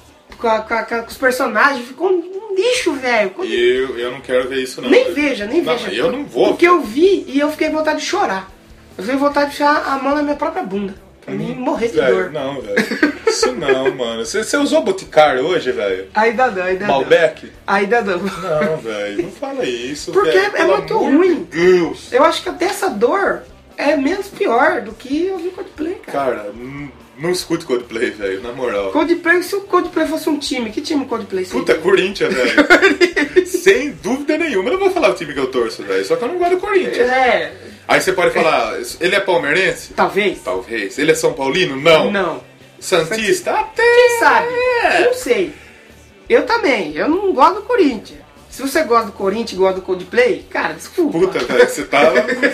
com os personagens. Ficou um lixo, velho. E eu não quero ver isso, não. Nem velho. veja, nem Não, veja. eu não vou. Porque eu vi e eu fiquei com vontade de chorar. Eu fiquei com vontade de enfiar a mão na minha própria bunda. Pra mim morrer de Velho, dor. não, velho. Isso não, mano. Você usou Boticário hoje, velho? Ainda não, ainda não. Malbec? Ainda não. Não, velho. Não fala isso, Porque velho. é Pelo muito amor ruim. de Deus. Eu acho que até essa dor é menos pior do que ouvir Coldplay, cara. Cara, não escute Coldplay, velho. Na moral. Coldplay, se o Coldplay fosse um time, que time o Coldplay seria? Puta, Corinthians, velho. Sem dúvida nenhuma. Eu não vou falar o time que eu torço, velho. Só que eu não gosto do Corinthians. É, Aí você pode falar, ele é palmeirense? talvez. Talvez. Ele é São Paulino? Não. Não. Santista? Até. Quem sabe? É. Não sei. Eu também, eu não gosto do Corinthians. Se você gosta do Corinthians e gosta do Coldplay, cara, desculpa. Puta, velho, você tá...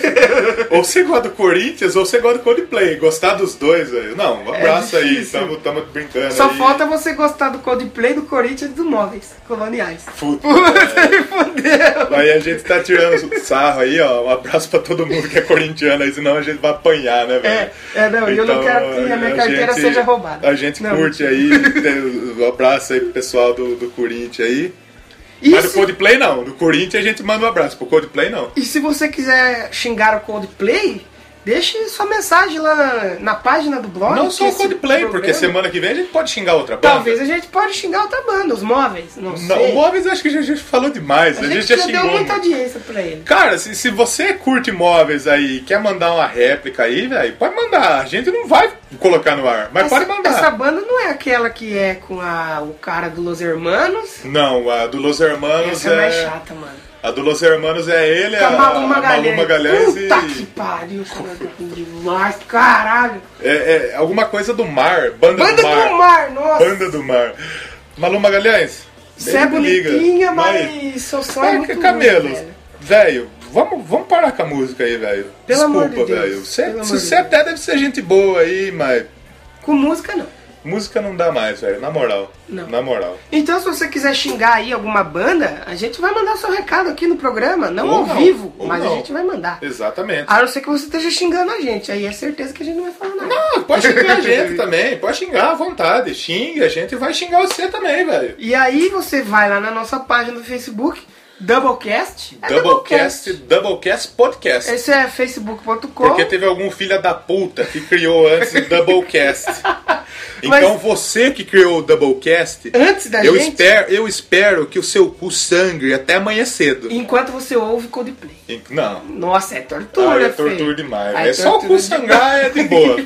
ou você gosta do Corinthians ou você gosta do Coldplay. Gostar dos dois, velho. Não, um abraço aí, difícil. tamo brincando Só aí. falta você gostar do Coldplay, do Corinthians e dos móveis coloniais. Puta, Puta que fodeu. aí a gente tá tirando sarro aí, ó. Um abraço pra todo mundo que é corintiano aí, senão a gente vai apanhar, né, velho? Não, eu não quero que a minha carteira seja roubada. A gente Não, curte aí, um abraço aí pro pessoal do Corinthians aí. E Mas do se, Coldplay não, do Corinthians a gente manda um abraço, pro Coldplay não. e se você quiser xingar o Coldplay, deixe sua mensagem lá na página do blog. Não só que o esse Coldplay, porque programa- semana que vem a gente pode xingar outra banda. Talvez a gente pode xingar outra banda, os móveis, não Não, sei. o Móveis acho que a gente falou demais, A a gente gente já já deu xingou. muita audiência pra ele. Cara, se você curte móveis aí e quer mandar uma réplica aí, velho, pode mandar. A gente não vai colocar no ar, mas pode mandar. Essa banda não é aquela que é com o cara do Los Hermanos. Não, a do Los Hermanos Essa é mais chata, mano. A do Los Hermanos é ele, Com a Malu Malu Magalhães. Magalhães Puta que pariu, cara, demais, caralho. É alguma coisa do mar, Banda Banda do Mar, nossa. Banda do Mar. Malu Magalhães, Você é me liga. bonitinha, Vai. mas seu sonho é muito Camelos, ruim, velho, vamos parar com a música aí, velho. Pelo amor Desculpa, de Deus, velho. Você pelo amor de até deve ser gente boa aí, mas Com música, não. música não dá mais, velho, na moral. Não. Na moral. Então, se você quiser xingar aí alguma banda, a gente vai mandar seu recado aqui no programa. Não Ou ao não, vivo, ou mas não. a gente vai mandar. Exatamente. A não ser que você esteja xingando a gente. Aí é certeza que a gente não vai falar nada. Não, pode xingar a gente também, pode xingar à vontade. Xinga, a gente vai xingar você também, velho. E aí você vai lá na nossa página do Facebook, Doublecast. É Doublecast Podcast. Esse é facebook.com. Porque teve algum filho da puta que criou antes o Doublecast. Então você que criou o Doublecast, Antes da eu gente, eu espero que o seu cu sangre até amanhã cedo. enquanto você ouve Coldplay. Não. Nossa, é tortura, É feio. tortura demais. Aí É só o tortura cu sangrar, é de boa.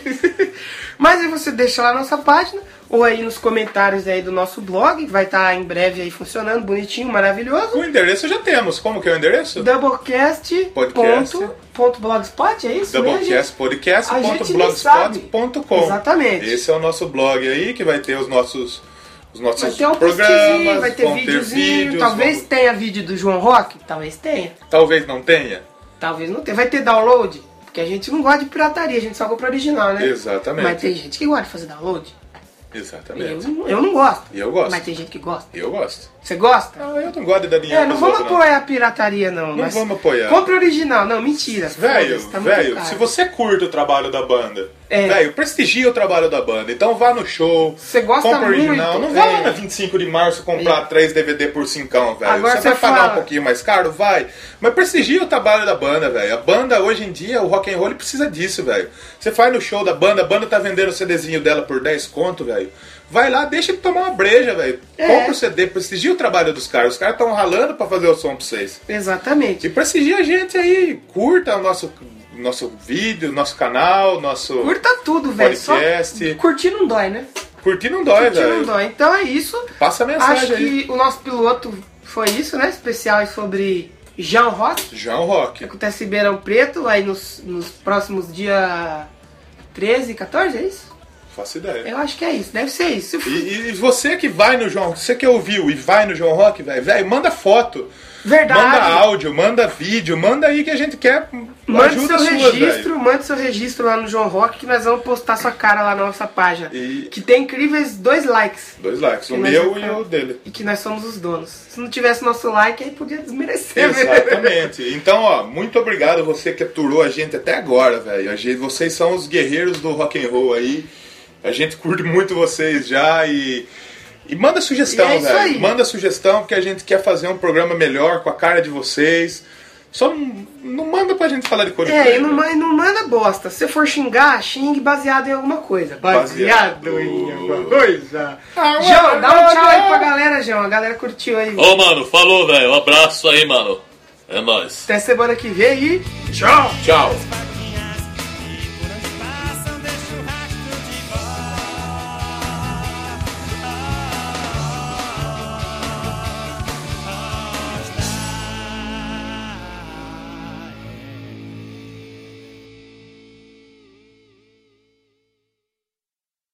Mas aí você deixa lá na nossa página, ou aí nos comentários aí do nosso blog, vai estar em breve aí funcionando, bonitinho, maravilhoso. O endereço já temos. Como que é o endereço? Doublecast.blogspot, é isso? Doublecastpodcast.blogspot.com. Exatamente. Esse é o nosso blog aí, que vai ter os nossos Vai ter um programas, postzinho, vai ter vão videozinho, vídeos, talvez tenha vídeo do João Rock, talvez tenha, Talvez não tenha. talvez não tenha. Vai ter download, porque a gente não gosta de pirataria, a gente só compra original, né? Exatamente. Mas tem gente que gosta de fazer download. Exatamente. Eu não gosto. E eu gosto. Mas tem gente que gosta. Eu gosto. Você gosta? Ah, eu não gosto de dar dinheiro Não pros vamos outros, apoiar a pirataria, não. Não mas vamos apoiar. Compre original. Não, mentira. Velho, Foda-se, tá muito velho, caro. se você curte o trabalho da banda, É. velho, prestigia o trabalho da banda. Então vá no show, Você gosta compra original. muito, Não vá é. lá na 25 de março comprar 3 DVD por 5, velho. Agora Você você vai pagar fala- um pouquinho mais caro? Vai. Mas prestigia o trabalho da banda, velho. A banda, hoje em dia, o rock and roll ele precisa disso, velho. Você vai no show da banda, a banda tá vendendo o CDzinho dela por 10 conto, velho. Vai lá, deixa ele tomar uma breja, velho. É. Compra o CD, prestigia o trabalho dos caras. Os caras estão ralando pra fazer o som pra vocês. Exatamente. E prestigia a gente aí, curta o nosso vídeo, nosso canal, nosso... Curta tudo, velho. Só podcast. curtir não dói, né? Curtir não dói, Curtir não velho. dói. Então é isso. Passa a mensagem Acho aí. que o nosso piloto foi isso, né? Especial aí sobre João Rock. João Rock. Que acontece em Ribeirão Preto, aí nos próximos dia 13 e 14, é isso? Faço ideia. Eu acho que é isso, deve ser isso. E você que vai no João, você que ouviu e vai no João Rock, velho, manda foto. Verdade. Manda áudio, manda vídeo, manda aí que a gente quer Mande ajuda seu sua, registro, mande seu registro lá no João Rock que nós vamos postar sua cara lá na nossa página. Que tem incríveis 2 likes. 2 likes, Que o nós meu vamos- e o dele. E que nós somos os donos. Se não tivesse nosso like, aí podia desmerecer. Exatamente. Então, ó, muito obrigado você que aturou a gente até agora, velho. Vocês são os guerreiros do rock and roll aí. A gente curte muito vocês já e manda sugestão, E é isso velho. aí. Manda sugestão porque a gente quer fazer um programa melhor com a cara de vocês. Só não manda pra gente falar de Coldplay. E não manda bosta. Se for xingar, xingue baseado em alguma coisa. Baseado em alguma coisa. João, dá um tchau aí pra galera, João. A galera curtiu aí. Ô, mano, falou, velho. Um abraço aí, mano. É nóis. Até semana que vem e tchau! Tchau.